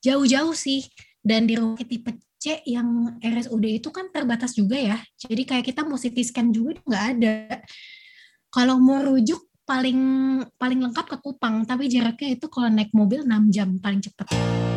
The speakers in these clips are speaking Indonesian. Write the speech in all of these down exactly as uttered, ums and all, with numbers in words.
jauh-jauh sih. Dan di rumah sakit tipe C yang R S U D itu kan terbatas juga ya. Jadi kayak kita mau C T scan juga nggak ada. Kalau mau rujuk paling paling lengkap ke Kupang, tapi jaraknya itu kalau naik mobil enam jam paling cepat.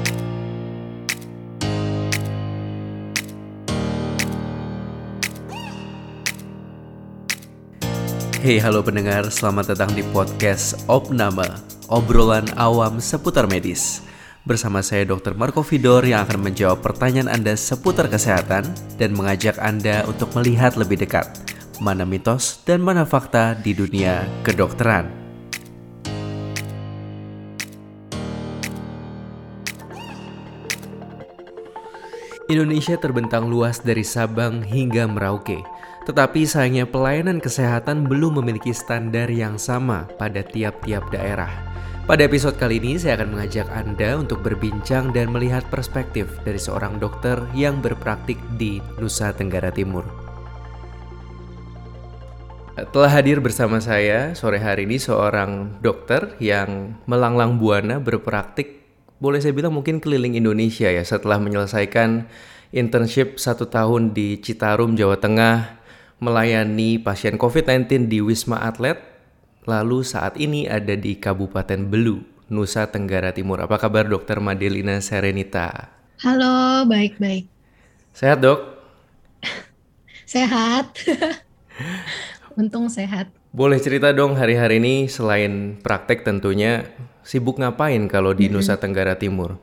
Hey halo pendengar, selamat datang di podcast Opname, obrolan awam seputar medis. Bersama saya dokter Marco Vidor yang akan menjawab pertanyaan Anda seputar kesehatan dan mengajak Anda untuk melihat lebih dekat mana mitos dan mana fakta di dunia kedokteran. Indonesia terbentang luas dari Sabang hingga Merauke. Tetapi sayangnya pelayanan kesehatan belum memiliki standar yang sama pada tiap-tiap daerah. Pada episode kali ini saya akan mengajak Anda untuk berbincang dan melihat perspektif dari seorang dokter yang berpraktik di Nusa Tenggara Timur. Telah hadir bersama saya sore hari ini seorang dokter yang melanglang buana berpraktik, boleh saya bilang mungkin keliling Indonesia ya, setelah menyelesaikan internship satu tahun di Citarum, Jawa Tengah, melayani pasien covid sembilan belas di Wisma Atlet, lalu saat ini ada di Kabupaten Belu, Nusa Tenggara Timur. Apa kabar Dokter Madelina Serenita? Halo, baik-baik. Sehat dok? Sehat. Untung sehat. Boleh cerita dong hari-hari ini selain praktek tentunya sibuk ngapain kalau di mm-hmm. Nusa Tenggara Timur?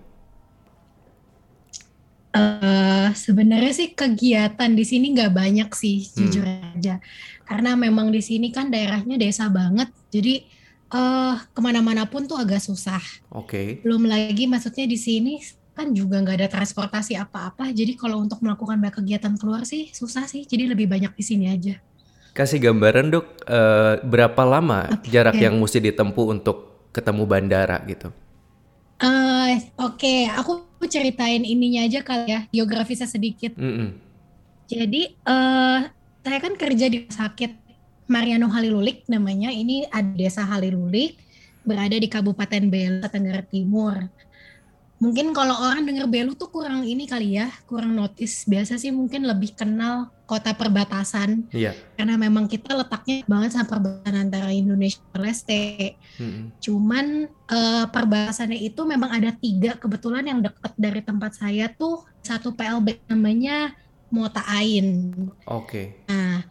Uh, sebenarnya sih kegiatan di sini nggak banyak sih, hmm. jujur aja. Karena memang di sini kan daerahnya desa banget, jadi uh, kemana-mana pun tuh agak susah. Oke. Okay. Belum lagi maksudnya di sini kan juga nggak ada transportasi apa-apa, jadi kalau untuk melakukan banyak kegiatan keluar sih susah sih. Jadi lebih banyak di sini aja. Kasih gambaran dok, uh, berapa lama okay. jarak yang mesti ditempuh untuk ketemu bandara gitu? Uh, Oke, okay. aku ceritain ininya aja kali ya, geografisnya sedikit. Mm-hmm. Jadi, uh, saya kan kerja di sakit Mariano Halilulik namanya. Ini ada desa Halilulik, berada di Kabupaten Belu, Tenggara Timur. Mungkin kalau orang dengar Belu tuh kurang ini kali ya, kurang notice. Biasa sih mungkin lebih kenal kota perbatasan. Iya. Karena memang kita letaknya banget sama perbatasan antara Indonesia dan Leste. Mm-hmm. Cuman uh, perbatasannya itu memang ada tiga kebetulan yang dekat dari tempat saya tuh. Satu P L B namanya Mota Ain. Oke. Okay. Nah,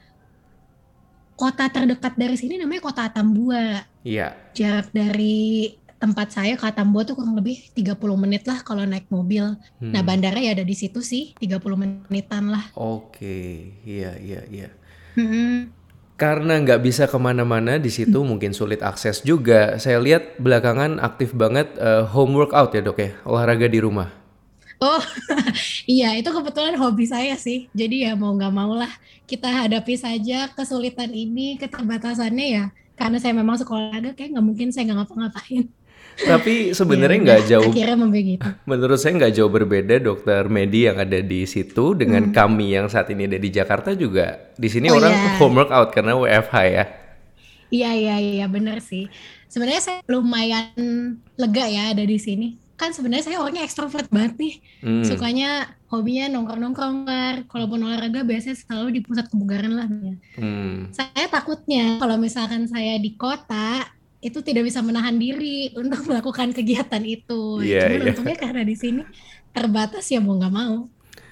kota terdekat dari sini namanya Kota Atambua. Iya. Jarak dari tempat saya ke Atambua tuh kurang lebih tiga puluh menit lah kalau naik mobil. Hmm. Nah, bandara ya ada di situ sih, tiga puluh menitan lah. Oke, okay. iya, iya, iya. Hmm. Karena nggak bisa kemana-mana di situ, hmm. mungkin sulit akses juga. Saya lihat belakangan aktif banget uh, home workout ya dok ya, olahraga di rumah. Oh, iya itu kebetulan hobi saya sih. Jadi ya mau nggak mau lah kita hadapi saja kesulitan ini, keterbatasannya ya. Karena saya memang sekolah olahraga, kayak nggak mungkin saya nggak ngapa-ngapain. Tapi sebenarnya nggak ya, jauh. Akhirnya membegitu. Menurut saya nggak jauh berbeda dokter Medi yang ada di situ dengan hmm. kami yang saat ini ada di Jakarta juga. Di sini oh, orang yeah. home workout karena W F H ya. Iya iya iya benar sih. Sebenarnya saya lumayan lega ya ada di sini. Kan sebenarnya saya orangnya ekstrovert banget nih. Hmm. Sukanya hobinya nongkrong-nongkrong. Kalaupun olahraga biasanya selalu di pusat kebugaran lah. Hmm. Saya takutnya kalau misalkan saya di kota itu tidak bisa menahan diri untuk melakukan kegiatan itu. Yeah, Cuman yeah. untungnya karena di sini terbatas ya mau nggak mau.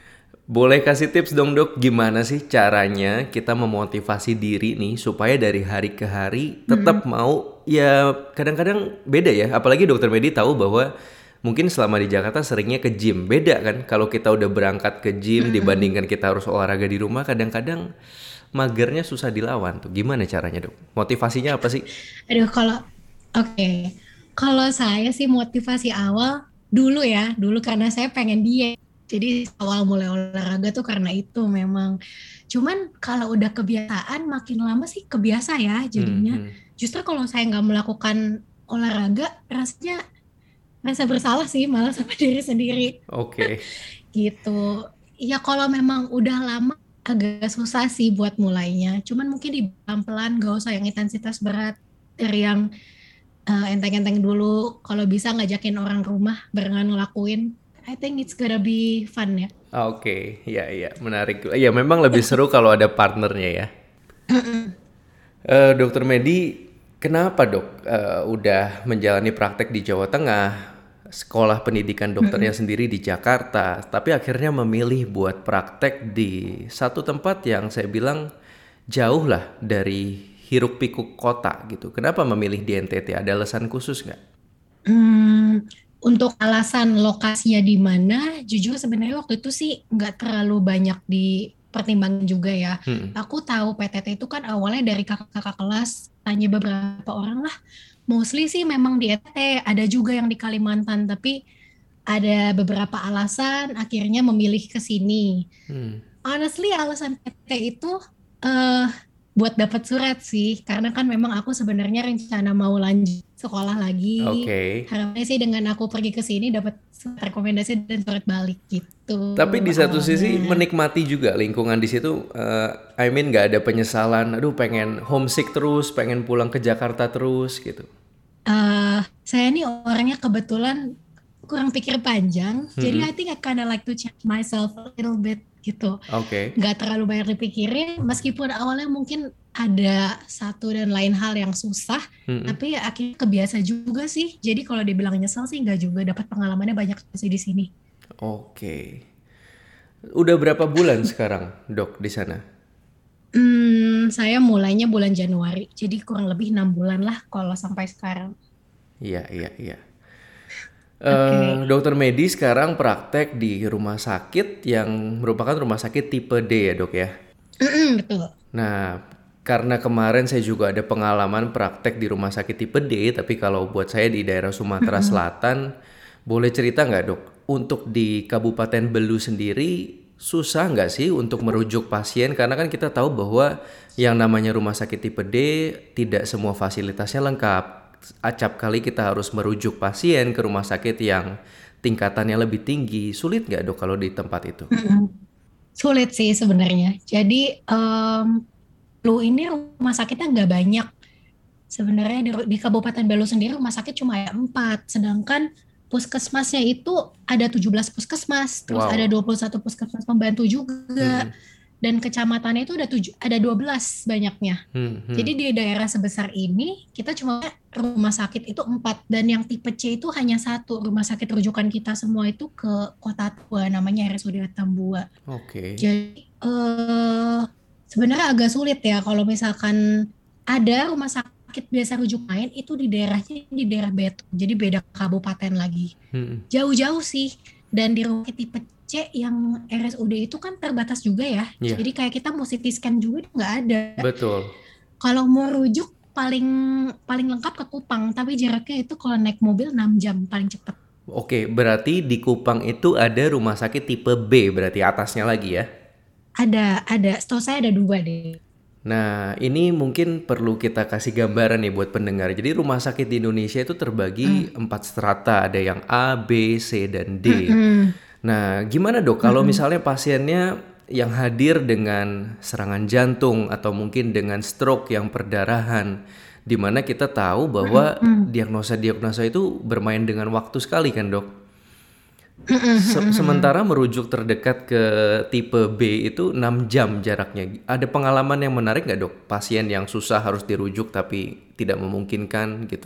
Boleh kasih tips dong dok, gimana sih caranya kita memotivasi diri nih supaya dari hari ke hari tetap hmm. mau, ya kadang-kadang beda ya. Apalagi dokter Medi tahu bahwa mungkin selama di Jakarta seringnya ke gym. Beda kan kalau kita udah berangkat ke gym hmm. dibandingkan kita harus olahraga di rumah, kadang-kadang magernya susah dilawan tuh. Gimana caranya dok? Motivasinya apa sih? Aduh kalau oke, okay. Kalau saya sih motivasi awal dulu ya, dulu karena saya pengen diet. Jadi awal mulai olahraga tuh karena itu memang. Cuman kalau udah kebiasaan makin lama sih kebiasa ya jadinya. Mm-hmm. Justru kalau saya nggak melakukan olahraga rasanya rasa bersalah sih malah sama diri sendiri. Oke. Okay. Gitu. Ya kalau memang udah lama agak susah sih buat mulainya. Cuman mungkin di pelan-pelan, gak usah yang intensitas berat. Dari yang uh, enteng-enteng dulu. Kalau bisa ngajakin orang rumah barengan ngelakuin. I think it's gonna be fun ya. Ah, Oke, iya iya, menarik. Ya memang lebih seru kalau ada partnernya ya. Eh, Dokter Medi, kenapa dok eh, udah menjalani praktek di Jawa Tengah, sekolah pendidikan dokternya sendiri di Jakarta, tapi akhirnya memilih buat praktek di satu tempat yang saya bilang jauh lah dari hiruk pikuk kota gitu. Kenapa memilih di N T T? Ada alasan khusus nggak? Hmm, untuk alasan lokasinya di mana, jujur sebenarnya waktu itu sih nggak terlalu banyak dipertimbangkan juga ya. Hmm. Aku tahu P T T itu kan awalnya dari kakak-kakak kelas, tanya beberapa orang lah. Mostly sih memang di N T T, ada juga yang di Kalimantan, tapi ada beberapa alasan akhirnya memilih ke sini. Hmm. Honestly, alasan P T T itu eh buat dapat surat sih, karena kan memang aku sebenarnya rencana mau lanjut sekolah lagi. Oke. Harapannya sih dengan aku pergi ke sini dapat surat rekomendasi dan surat balik gitu Tapi di satu sisi awalnya. menikmati juga lingkungan di situ. eh, I mean nggak ada penyesalan. Aduh pengen homesick terus, pengen pulang ke Jakarta terus gitu. eh saya nih orangnya kebetulan kurang pikir panjang, jadi I Hmm. think I kinda like to check myself a little bit gitu. Oke. Nggak terlalu banyak dipikirin, meskipun awalnya mungkin ada satu dan lain hal yang susah, Hmm. tapi ya akhirnya kebiasa juga sih. Jadi kalau dibilang nyesel sih nggak juga, dapat pengalamannya banyak sih di sini. Oke. Udah berapa bulan sekarang, Dok, di sana? Hmm, saya mulainya bulan Januari, jadi kurang lebih enam bulan lah kalau sampai sekarang. Iya, iya, iya. Oke. Eh, Dokter Medi sekarang praktek di rumah sakit yang merupakan rumah sakit tipe D ya, Dok ya. Mm-mm, betul. Nah, karena kemarin saya juga ada pengalaman praktek di rumah sakit tipe D, tapi kalau buat saya di daerah Sumatera Mm-mm. Selatan, boleh cerita nggak dok? Untuk di Kabupaten Belu sendiri, susah nggak sih untuk merujuk pasien? Karena kan kita tahu bahwa yang namanya rumah sakit tipe D, tidak semua fasilitasnya lengkap. Acap kali kita harus merujuk pasien ke rumah sakit yang tingkatannya lebih tinggi. Sulit nggak dok kalau di tempat itu? Mm-mm. Sulit sih sebenarnya. Jadi em, Lu ini rumah sakitnya nggak banyak. Sebenarnya di, di Kabupaten Belu sendiri rumah sakit cuma ada empat, sedangkan puskesmasnya itu ada tujuh belas puskesmas, terus ada Wow. dua puluh satu puskesmas pembantu juga, Hmm, dan kecamatannya itu ada tujuh, ada dua belas banyaknya. hmm, hmm. Jadi di daerah sebesar ini kita cuma rumah sakit itu empat, dan yang tipe C itu hanya satu. Rumah sakit rujukan kita semua itu ke Kota Tua, namanya R S U D Tambua. Oke. Jadi eh sebenarnya agak sulit ya kalau misalkan ada rumah sakit biasa rujuk lain itu di daerahnya di daerah Betung, jadi beda kabupaten lagi. Hmm. Jauh-jauh sih. Dan di rumah sakit tipe C yang R S U D itu kan terbatas juga ya. Iya, Jadi kayak kita mau C T scan juga itu nggak ada. betul. Kalau mau rujuk paling paling lengkap ke Kupang, tapi jaraknya itu kalau naik mobil enam jam paling cepat. Oke, berarti di Kupang itu ada rumah sakit tipe B, berarti atasnya lagi ya. Ada, ada. Setahu saya ada dua deh. Nah, ini mungkin perlu kita kasih gambaran nih buat pendengar. Jadi rumah sakit di Indonesia itu terbagi Mm. empat strata, ada yang A, B, C, dan D. Mm-mm. Nah, gimana dok kalau Mm-mm. misalnya pasiennya yang hadir dengan serangan jantung atau mungkin dengan stroke yang perdarahan, di mana kita tahu bahwa Mm-mm. diagnosa-diagnosa itu bermain dengan waktu sekali kan dok? Se- Mm-mm. sementara merujuk terdekat ke tipe B itu enam jam jaraknya. Ada pengalaman yang menarik nggak dok? Pasien yang susah harus dirujuk tapi tidak memungkinkan gitu.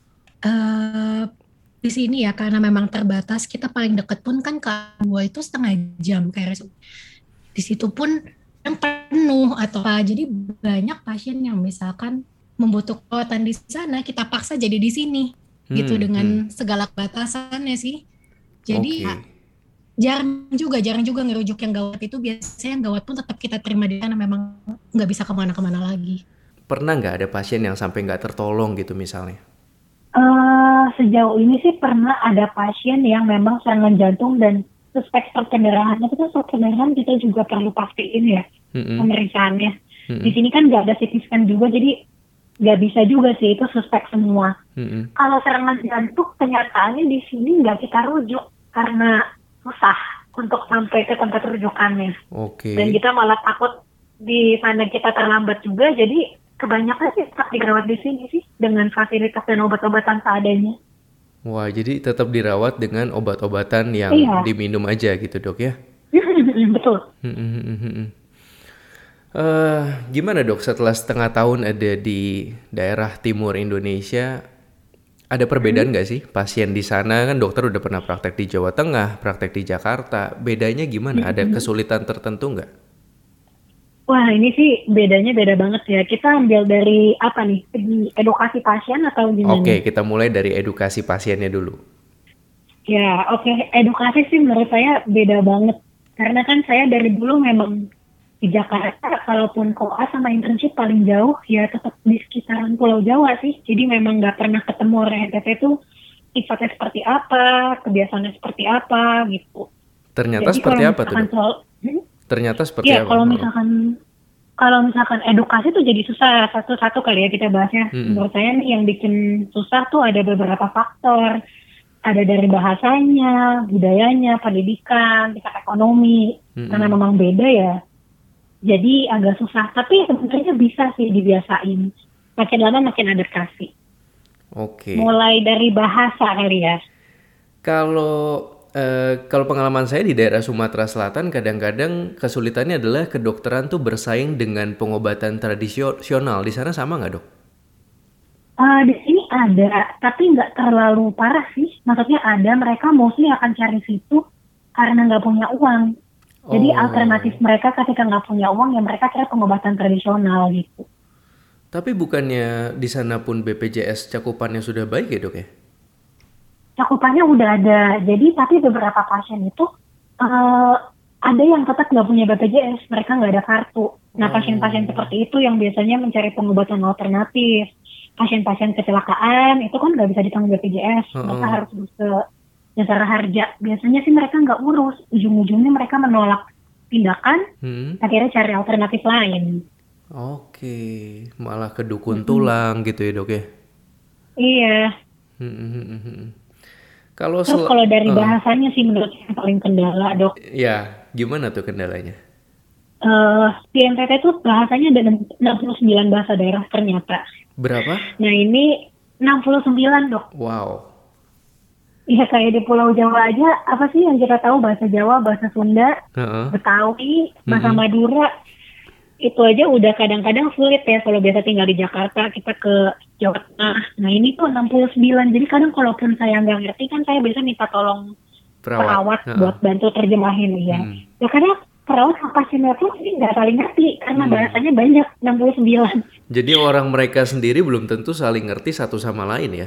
eh di sini ya karena memang terbatas, kita paling deket pun kan ke Ambua itu setengah jam ke R S U. Di situ pun yang penuh atau apa. Jadi banyak pasien yang misalkan membutuhkan perawatan di sana, kita paksa jadi di sini gitu Hmm, hmm. dengan segala batasannya sih. Jadi ya, Oke. jarang juga jarang juga ngerujuk yang gawat itu, biasanya yang gawat pun tetap kita terima di sana, memang nggak bisa kemana-kemana lagi. Pernah nggak ada pasien yang sampai nggak tertolong gitu misalnya? Eh, sejauh ini sih pernah ada pasien yang memang serangan jantung dan suspek stroke pendarahan. Itu kan stroke pendarahan kita juga perlu pastiin ya Hmm, pemeriksaannya. Di hmm, sini kan nggak ada C T scan juga, jadi nggak bisa juga sih itu suspek semua. hmm. Kalau serangan jantung kenyataannya di sini nggak kita rujuk karena susah untuk sampai ke tempat rujukannya. Oke. Dan kita malah takut di sana kita terlambat juga, jadi kebanyakan sih tetap dirawat di sini sih dengan fasilitas dan obat-obatan seadanya. Wah, jadi tetap dirawat dengan obat-obatan yang Iya, diminum aja gitu dok ya? betul. Hmm, hmm, hmm, hmm, hmm. Eh, gimana dok setelah setengah tahun ada di daerah timur Indonesia, ada Hmm, perbedaan nggak sih pasien di sana? Kan dokter udah pernah praktek di Jawa Tengah, praktek di Jakarta. Bedanya gimana? Ada hmm. kesulitan tertentu nggak? Wah, ini sih bedanya beda banget ya. Kita ambil dari apa nih? Segi edukasi pasien atau Oke, gimana? kita mulai dari edukasi pasiennya dulu. Ya, oke. Edukasi sih menurut saya beda banget. Karena kan saya dari dulu memang di Jakarta, kalaupun koas sama internship paling jauh, ya tetap di sekitaran Pulau Jawa sih. Jadi memang nggak pernah ketemu orang N T T itu sifatnya seperti apa, kebiasaannya seperti apa, gitu. Ternyata Jadi seperti kalau apa tuh misalkan dok? soal, hmm? Ternyata seperti Ya apa? kalau Heeh. misalkan kalau misalkan edukasi tuh jadi susah satu-satu kali ya kita bahasnya. Mm-mm. Menurut saya nih yang bikin susah tuh ada beberapa faktor. Ada dari bahasanya, budayanya, pendidikan, tingkat ekonomi. Karena Mm-mm. memang beda ya. Jadi agak susah. Tapi sebenarnya bisa sih dibiasain. Makin lama makin adaptasi. Oke. Mulai dari bahasa kali ya. Kalau eh, kalau pengalaman saya di daerah Sumatera Selatan kadang-kadang kesulitannya adalah kedokteran tuh bersaing dengan pengobatan tradisional. Di sana sama nggak dok? Eh, di sini ada, tapi nggak terlalu parah sih. Maksudnya ada, mereka mostly akan cari situ karena nggak punya uang. Jadi alternatif Oh, mereka ketika nggak punya uang ya mereka cari pengobatan tradisional gitu. tapi bukannya di sana pun B P J S cakupannya sudah baik ya dok ya? Cakupannya udah ada, jadi tapi beberapa pasien itu eh, ada yang tetap nggak punya B P J S, mereka nggak ada kartu. Nah pasien-pasien Oh, seperti itu yang biasanya mencari pengobatan alternatif. Pasien-pasien kecelakaan itu kan nggak bisa ditanggung B P J S, mereka heeh. harus ke jasa harja. Biasanya sih mereka nggak urus, ujung-ujungnya mereka menolak tindakan, Hmm. akhirnya cari alternatif lain. Oke, malah ke dukun Mm-mm. tulang gitu ya dok ya? Iya. Hmm, hmm, hmm, hmm, hmm. Kalau Terus sel, kalau dari eh, bahasanya sih menurut saya yang paling kendala, Dok. ya gimana tuh kendalanya? Eh di N T T itu bahasanya ada enam puluh sembilan bahasa daerah ternyata. Berapa? Nah ini enam puluh sembilan, Dok. Wow. Ya kayak di Pulau Jawa aja, apa sih yang kita tahu bahasa Jawa, bahasa Sunda, Heeh. Betawi, bahasa Mm-mm. Madura, itu aja udah kadang-kadang sulit ya kalau biasa tinggal di Jakarta, kita ke Jawa Tengah. Nah ini tuh enam puluh sembilan, jadi kadang kalaupun saya nggak ngerti kan saya biasa minta tolong Perawat. perawat Heeh. buat bantu terjemahin ya. Hmm. Ya karena perawat sama pasiennya pun ini nggak saling ngerti karena Hmm. bahasanya banyak enam puluh sembilan. Jadi orang mereka sendiri belum tentu saling ngerti satu sama lain ya.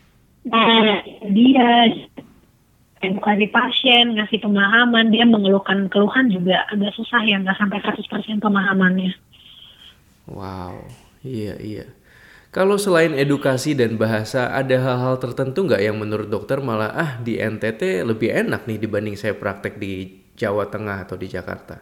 Nah dia edukasi pasien, ngasih pemahaman, dia mengeluhkan keluhan juga agak susah ya, nggak sampai seratus persen pemahamannya. Wow. Iya, iya. Kalau selain edukasi dan bahasa, ada hal-hal tertentu nggak yang menurut dokter malah ah di N T T lebih enak nih dibanding saya praktek di Jawa Tengah atau di Jakarta?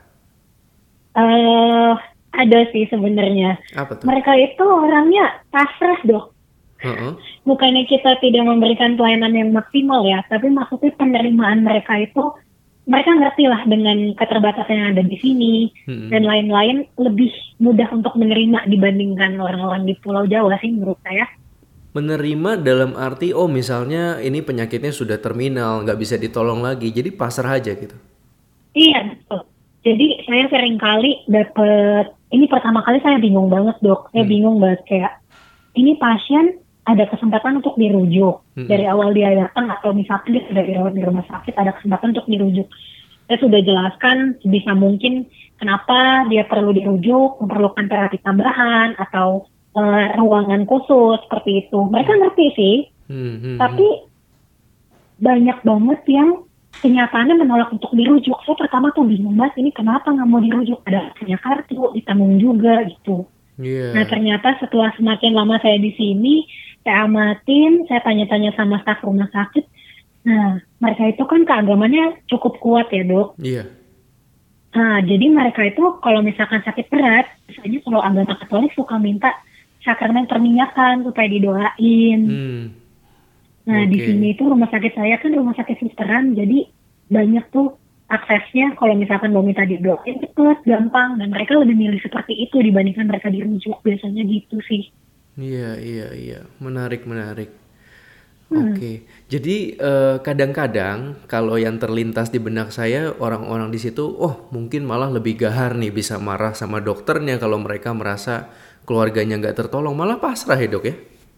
Eh ada sih sebenarnya. Apa tuh? Mereka itu orangnya pasrah, Dok. Heeh. Bukannya kita tidak memberikan pelayanan yang maksimal ya, tapi maksudnya penerimaan mereka itu, mereka ngerti lah dengan keterbatasan yang ada di sini Mm-mm. dan lain-lain, lebih mudah untuk menerima dibandingkan orang-orang di Pulau Jawa sih menurut saya. Menerima dalam arti oh misalnya ini penyakitnya sudah terminal, nggak bisa ditolong lagi, jadi pasrah aja gitu. Iya betul. Jadi saya sering kali dapet, ini pertama kali saya bingung banget, Dok. Saya Hmm. bingung banget kayak ini pasien ada kesempatan untuk dirujuk. Mm-mm. Dari awal dia datang atau misalkan dia sudah dirawat di rumah sakit ada kesempatan untuk dirujuk. Saya sudah jelaskan sebisa mungkin kenapa dia perlu dirujuk, memerlukan terapi tambahan atau eh, ruangan khusus seperti itu. Mereka ngerti sih, Hmm, hmm, hmm. tapi banyak banget yang kenyataannya menolak untuk dirujuk. Saya pertama tuh bingung banget, ini kenapa nggak mau dirujuk? Ada punya kartu, ditanggung juga gitu. Iya. Nah ternyata setelah semakin lama saya di sini, saya amatin, saya tanya-tanya sama staf rumah sakit. Nah mereka itu kan keagamannya cukup kuat ya, Dok. Iya. Nah jadi mereka itu kalau misalkan sakit berat, misalnya kalau agama Katolik suka minta sakramen perminyakan supaya didoain. Hmm. Nah di Oke. sini itu rumah sakit saya kan rumah sakit Susteran, jadi banyak tuh aksesnya kalau misalkan mau minta didoain cepet, gampang, dan mereka lebih milih seperti itu dibandingkan mereka dirujuk, biasanya gitu sih. Iya, iya, iya. Menarik, menarik. Hmm. Oke, jadi eh, kadang-kadang kalau yang terlintas di benak saya orang-orang di situ, oh mungkin malah lebih gahar nih bisa marah sama dokternya kalau mereka merasa keluarganya nggak tertolong, malah pasrah ya dok ya?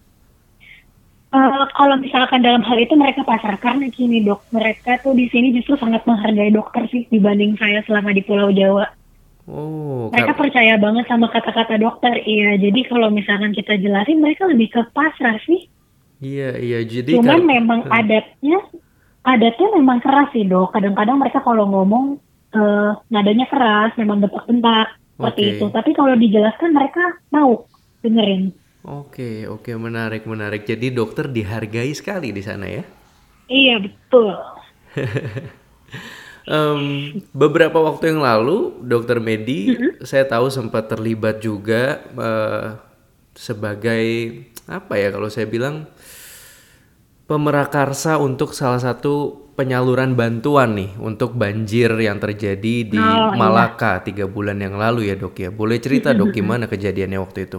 Eh, kalau misalkan dalam hal itu mereka pasrah karena gini dok, mereka tuh di sini justru sangat menghargai dokter sih dibanding saya selama di Pulau Jawa. Oh, Mereka kar- percaya banget sama kata-kata dokter, iya. Jadi kalau misalkan kita jelasin, mereka lebih ke pasrah sih. iya iya, jadi Cuman kar- memang Hah, adatnya, adatnya memang keras sih dok. Kadang-kadang mereka kalau ngomong, eh, nadanya keras, memang bentak-bentak, seperti itu. oke, Tapi kalau dijelaskan mereka mau dengerin. oke, oke, menarik menarik. Jadi dokter dihargai sekali di sana ya? Iya betul. Em, beberapa waktu yang lalu, Dokter Medi, Mm-mm. saya tahu sempat terlibat juga eh, sebagai apa ya kalau saya bilang pemerakarsa untuk salah satu penyaluran bantuan nih untuk banjir yang terjadi di Oh iya. Malaka tiga bulan yang lalu ya dok ya. Boleh cerita dok gimana kejadiannya waktu itu?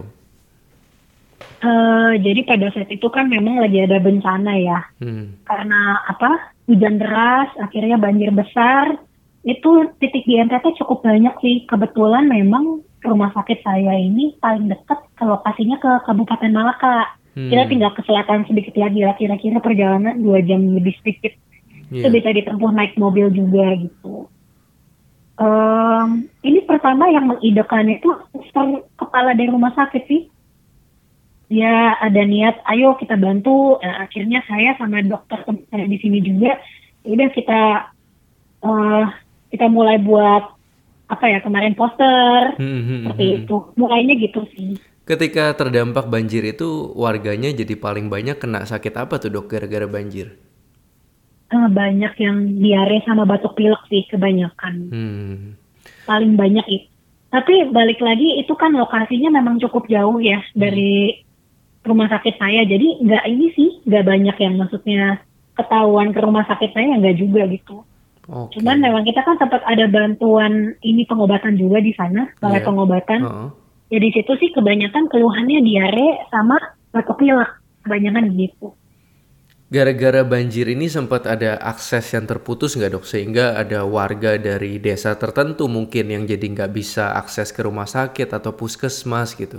Eh, jadi pada saat itu kan memang lagi ada bencana ya. Hmm. Karena apa? Hujan deras, akhirnya banjir besar. Itu titik di N T T cukup banyak sih. Kebetulan memang rumah sakit saya ini paling dekat ke lokasinya ke Kabupaten Malaka. Kita Hmm. tinggal ke selatan sedikit lagi lah, kira-kira perjalanan dua jam lebih sedikit. Itu Iya. bisa ditempuh naik mobil juga gitu. Em, ini pertama yang mengidekan itu suster kepala dari rumah sakit sih. Dia ada niat, ayo kita bantu. Nah, akhirnya saya sama dokter teman saya di sini juga, ya udah kita eh, kita mulai buat apa ya kemarin poster Hmm, hmm, hmm, seperti hmm. itu. Mulainya gitu sih. Ketika terdampak banjir itu warganya jadi paling banyak kena sakit apa tuh dok gara-gara banjir? Eh, banyak yang diare sama batuk pilek sih kebanyakan. Hmm. Paling banyak itu. Tapi balik lagi itu kan lokasinya memang cukup jauh ya dari rumah sakit saya. Jadi nggak ini sih, nggak banyak yang maksudnya ketahuan ke rumah sakit saya nggak juga gitu. Oke. Cuman memang kita kan sempat ada bantuan ini pengobatan juga di sana, balai Iya. pengobatan. Heeh. Ya di situ sih kebanyakan keluhannya diare sama batuk pilek, kebanyakan gitu. Gara-gara banjir ini sempat ada akses yang terputus nggak dok? Sehingga ada warga dari desa tertentu mungkin yang jadi nggak bisa akses ke rumah sakit atau puskesmas gitu.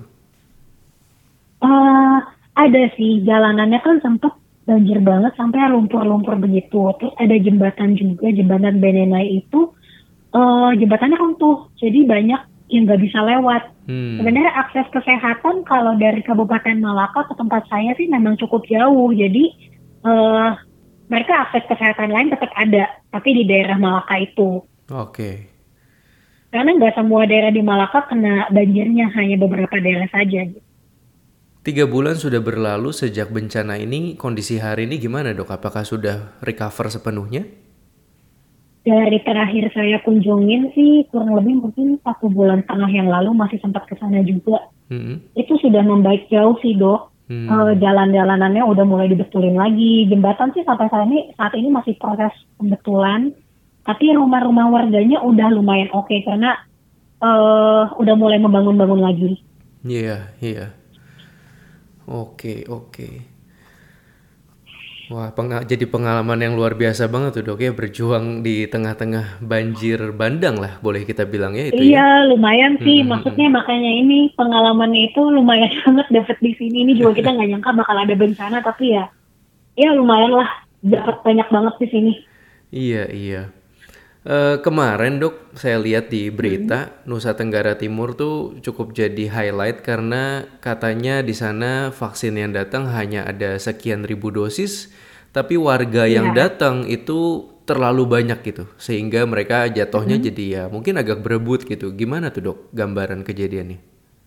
Eh, ada sih jalanannya kan sempat banjir banget sampai lumpur-lumpur begitu. Terus ada jembatan juga, jembatan Benenai itu eh jembatannya runtuh, jadi banyak yang nggak bisa lewat. Hmm. Sebenarnya akses kesehatan kalau dari Kabupaten Malaka ke tempat saya sih memang cukup jauh. Jadi eh mereka akses kesehatan lain tetap ada, tapi di daerah Malaka itu. Oke. Karena nggak semua daerah di Malaka kena banjirnya, hanya beberapa daerah saja. Tiga bulan sudah berlalu sejak bencana ini, kondisi hari ini gimana dok? Apakah sudah recover sepenuhnya? Dari terakhir saya kunjungin sih kurang lebih mungkin satu bulan setengah yang lalu masih sempat ke sana juga. Hmm. Itu sudah membaik jauh sih dok. Hmm. Eh, jalan-jalanannya udah mulai dibetulin lagi. Jembatan sih sampai saat ini saat ini masih proses pembetulan. Tapi rumah-rumah warganya udah lumayan oke karena eh udah mulai membangun-bangun lagi. Iya, iya. Oke, oke. Wah, penga- jadi pengalaman yang luar biasa banget tuh dok ya, berjuang di tengah-tengah banjir bandang lah, boleh kita bilang ya itu ya. Iya, lumayan sih. Hmm, hmm, Maksudnya makanya ini pengalamannya itu lumayan banget dapat di sini. Ini juga kita nggak nyangka bakal ada bencana, tapi ya, ya lumayan lah. Dapat banyak banget di sini. Iya, iya. Eh, kemarin dok, saya lihat di berita Nusa Tenggara Timur tuh cukup jadi highlight karena katanya di sana vaksin yang datang hanya ada sekian ribu dosis, tapi warga yang Iya. datang itu terlalu banyak gitu, sehingga mereka jatuhnya jadi ya mungkin agak berebut gitu. Gimana tuh dok gambaran kejadiannya?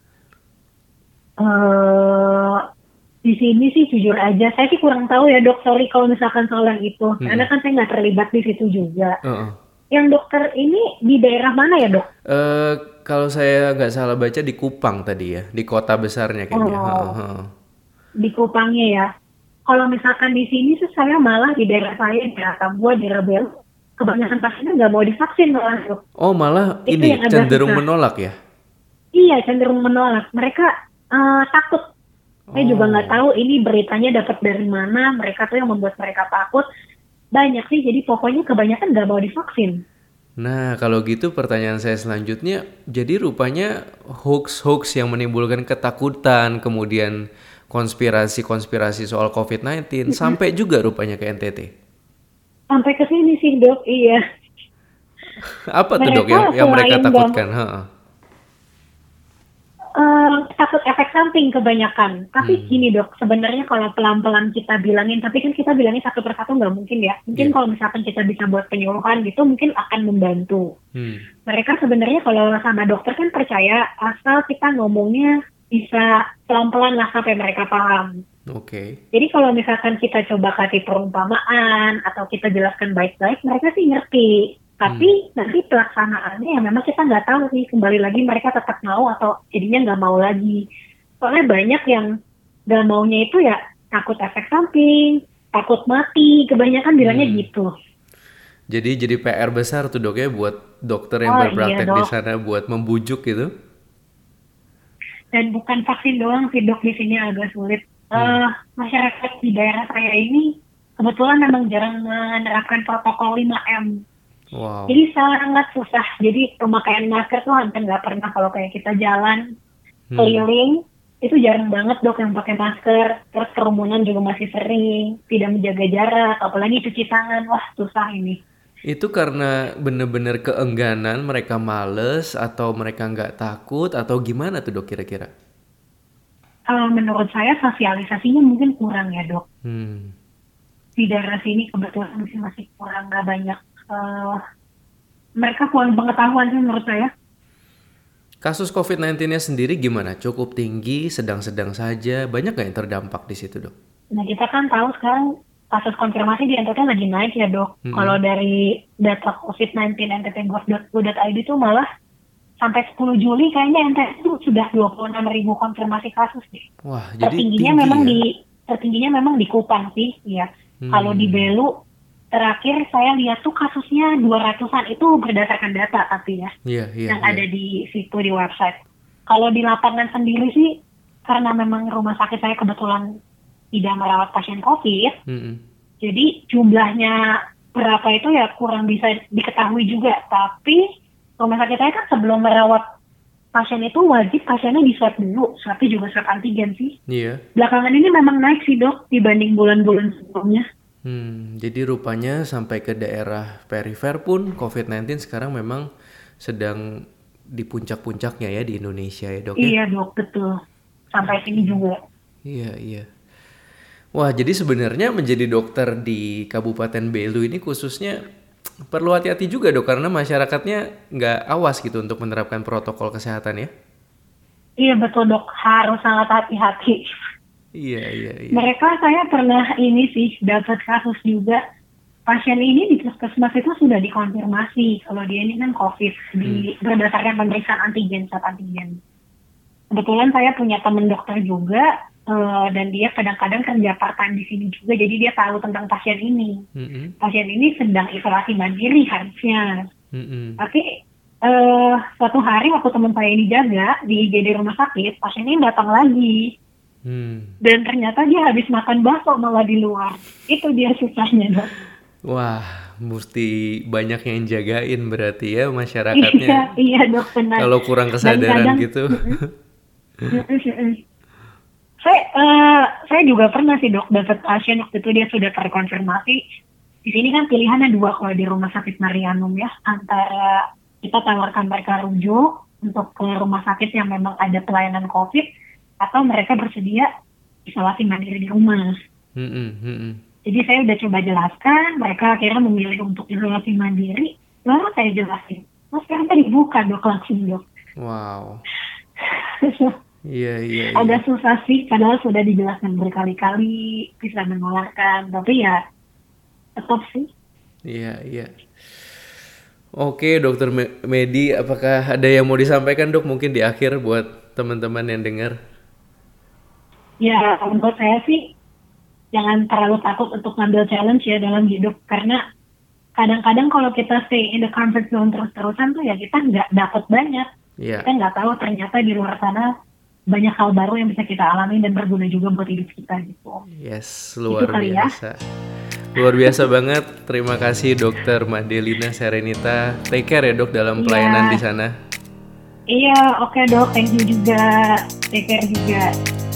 eh di sini sih jujur aja, saya sih kurang tahu ya dok. Sorry kalau misalkan soal yang itu, karena kan saya nggak terlibat di situ juga. Heeh. Yang dokter ini di daerah mana ya dok? Eh, kalau saya nggak salah baca di Kupang tadi ya, di kota besarnya kayaknya. Oh. Heeh, heeh. Di Kupangnya ya. Kalau misalkan di sini sih saya malah di daerah saya, di daerah Tambua, daerah Belu, kebanyakan pasiennya nggak mau divaksin malah dok. Oh malah Itu ini yang agak cenderung susah. menolak ya? Iya, cenderung menolak. Mereka eh, takut Saya juga nggak Oh. tahu ini beritanya dapat dari mana, mereka tuh yang membuat mereka takut. Banyak sih, jadi pokoknya kebanyakan nggak mau divaksin. Nah, kalau gitu pertanyaan saya selanjutnya, jadi rupanya hoax-hoax yang menimbulkan ketakutan, kemudian konspirasi-konspirasi soal covid sembilan belas, Mm-mm. sampai juga rupanya ke N T T. Sampai ke sini sih dok, iya. Apa tuh dok Mereka yang yang mereka selain nggak takutkan? Ha. eh, takut efek samping kebanyakan. Tapi Hmm, gini dok, sebenarnya kalau pelan-pelan kita bilangin, tapi kan kita bilangin satu persatu nggak mungkin ya. Mungkin iya. kalau misalkan kita bisa buat penyuluhan gitu, mungkin akan membantu. Hmm, Mereka sebenarnya kalau sama dokter kan percaya asal kita ngomongnya bisa pelan-pelan lah sampai mereka paham. oke. Jadi kalau misalkan kita coba kasih perumpamaan atau kita jelaskan baik-baik, mereka sih ngerti. Hmm. Tapi nanti pelaksanaannya ya memang kita nggak tahu sih. Kembali lagi mereka tetap mau atau jadinya nggak mau lagi. Soalnya banyak yang nggak maunya itu ya takut efek samping, takut mati. Kebanyakan bilangnya Hmm. gitu. Jadi jadi P R besar tuh dok ya buat dokter yang Oh iya berpraktek di dok. sana buat membujuk gitu. Dan bukan vaksin doang sih dok, di sini agak sulit. Hmm. Eh, masyarakat di daerah saya ini kebetulan memang jarang menerapkan protokol lima M. Wow. Jadi sangat susah. Jadi pemakaian masker tuh hampir nggak pernah. Kalau kayak kita jalan Hmm. keliling, itu jarang banget dok yang pakai masker. Terus kerumunan juga masih sering. Tidak menjaga jarak, apalagi cuci tangan. Wah susah ini. Itu karena bener-bener keengganan, mereka males atau mereka nggak takut atau gimana tuh dok kira-kira? Eh, menurut saya sosialisasinya mungkin kurang ya dok. Hmm. Di daerah sini kebetulan masih masih kurang, nggak banyak. Eh, mereka kurang pengetahuan sih menurut saya. Kasus covid sembilan belas-nya sendiri gimana? Cukup tinggi, sedang-sedang saja, banyak nggak yang terdampak di situ dok? Nah kita kan tahu sekarang kasus konfirmasi di N T T lagi naik ya dok. Mm-mm. Kalau dari data covid sembilan belas N T T gov dot go dot I D itu malah sampai sepuluh Juli kayaknya N T T itu sudah dua puluh enam ribu konfirmasi kasus deh. Wah, jadi Tertingginya tinggi memang ya? di tertingginya memang di Kupang sih, ya. Hmm. Kalau di Belu terakhir saya lihat tuh kasusnya dua ratusan, itu berdasarkan data tapi ya. Iya, iya, yang iya. ada di situ di website. Kalau di lapangan sendiri sih, karena memang rumah sakit saya kebetulan tidak merawat pasien COVID, Mm-mm. jadi jumlahnya berapa itu ya kurang bisa diketahui juga. Tapi rumah sakit saya kan sebelum merawat pasien itu wajib pasiennya di swab dulu, swabnya juga swab antigen sih. Iya. Belakangan ini memang naik sih dok dibanding bulan-bulan sebelumnya. Hmm, jadi rupanya sampai ke daerah perifer pun covid sembilan belas sekarang memang sedang di puncak-puncaknya ya di Indonesia ya dok ya? Iya dok, betul. Sampai sini juga. Iya, iya. Wah, jadi sebenarnya menjadi dokter di Kabupaten Belu ini khususnya perlu hati-hati juga dok, karena masyarakatnya nggak awas gitu untuk menerapkan protokol kesehatan ya? Iya betul dok, harus sangat hati-hati. Iya, iya, iya. Mereka saya pernah ini sih dapat kasus juga, pasien ini di puskesmas itu sudah dikonfirmasi kalau dia ini kan COVID di berdasarkan pemeriksaan antigen, swab antigen. Kebetulan saya punya teman dokter juga eh, dan dia kadang-kadang kerja part time di sini juga, jadi dia tahu tentang pasien ini. Mm-mm. Pasien ini sedang isolasi mandiri harusnya, Mm-mm. tapi eh, suatu hari waktu teman saya ini jaga di I G D rumah sakit, pasien ini datang lagi. Hmm. Dan ternyata dia habis makan bakso malah di luar. Itu dia susahnya dok. Wah, mesti banyak yang jagain berarti ya Iya, masyarakatnya. iya dok benar. Kalau kurang Dan kesadaran kadang, gitu. mm-mm, mm-mm. saya eh, saya juga pernah sih dok dapat pasien waktu itu dia sudah terkonfirmasi. Di sini kan pilihannya dua kalau di rumah sakit Marianum ya, antara kita tawarkan mereka rujuk untuk ke rumah sakit yang memang ada pelayanan COVID, atau mereka bersedia isolasi mandiri di rumah. Mm-mm, mm-mm. Jadi saya udah coba jelaskan, mereka akhirnya memilih untuk isolasi mandiri, lalu saya jelasin. Mas sekarang tadi buka dok langsung dok. Wow. Iya, iya, iya. Agak susah sih, padahal sudah dijelaskan berkali-kali, bisa menularkan, tapi ya tetap sih. Iya, iya. Oke, Dokter Me- Medi, apakah ada yang mau disampaikan dok mungkin di akhir buat teman-teman yang dengar? Ya menurut saya sih jangan terlalu takut untuk ngambil challenge ya dalam hidup, karena kadang-kadang kalau kita stay in the comfort zone terus-terusan tuh ya kita nggak dapat banyak. Iya. Kita nggak tahu ternyata di luar sana banyak hal baru yang bisa kita alami dan berguna juga buat hidup kita gitu. Yes, luar ya. biasa. Luar biasa banget. Terima kasih Dokter Madelina Serenita. Take care ya Dok dalam pelayanan Iya. di sana. Iya, oke Dok. Thank you juga. Take care juga.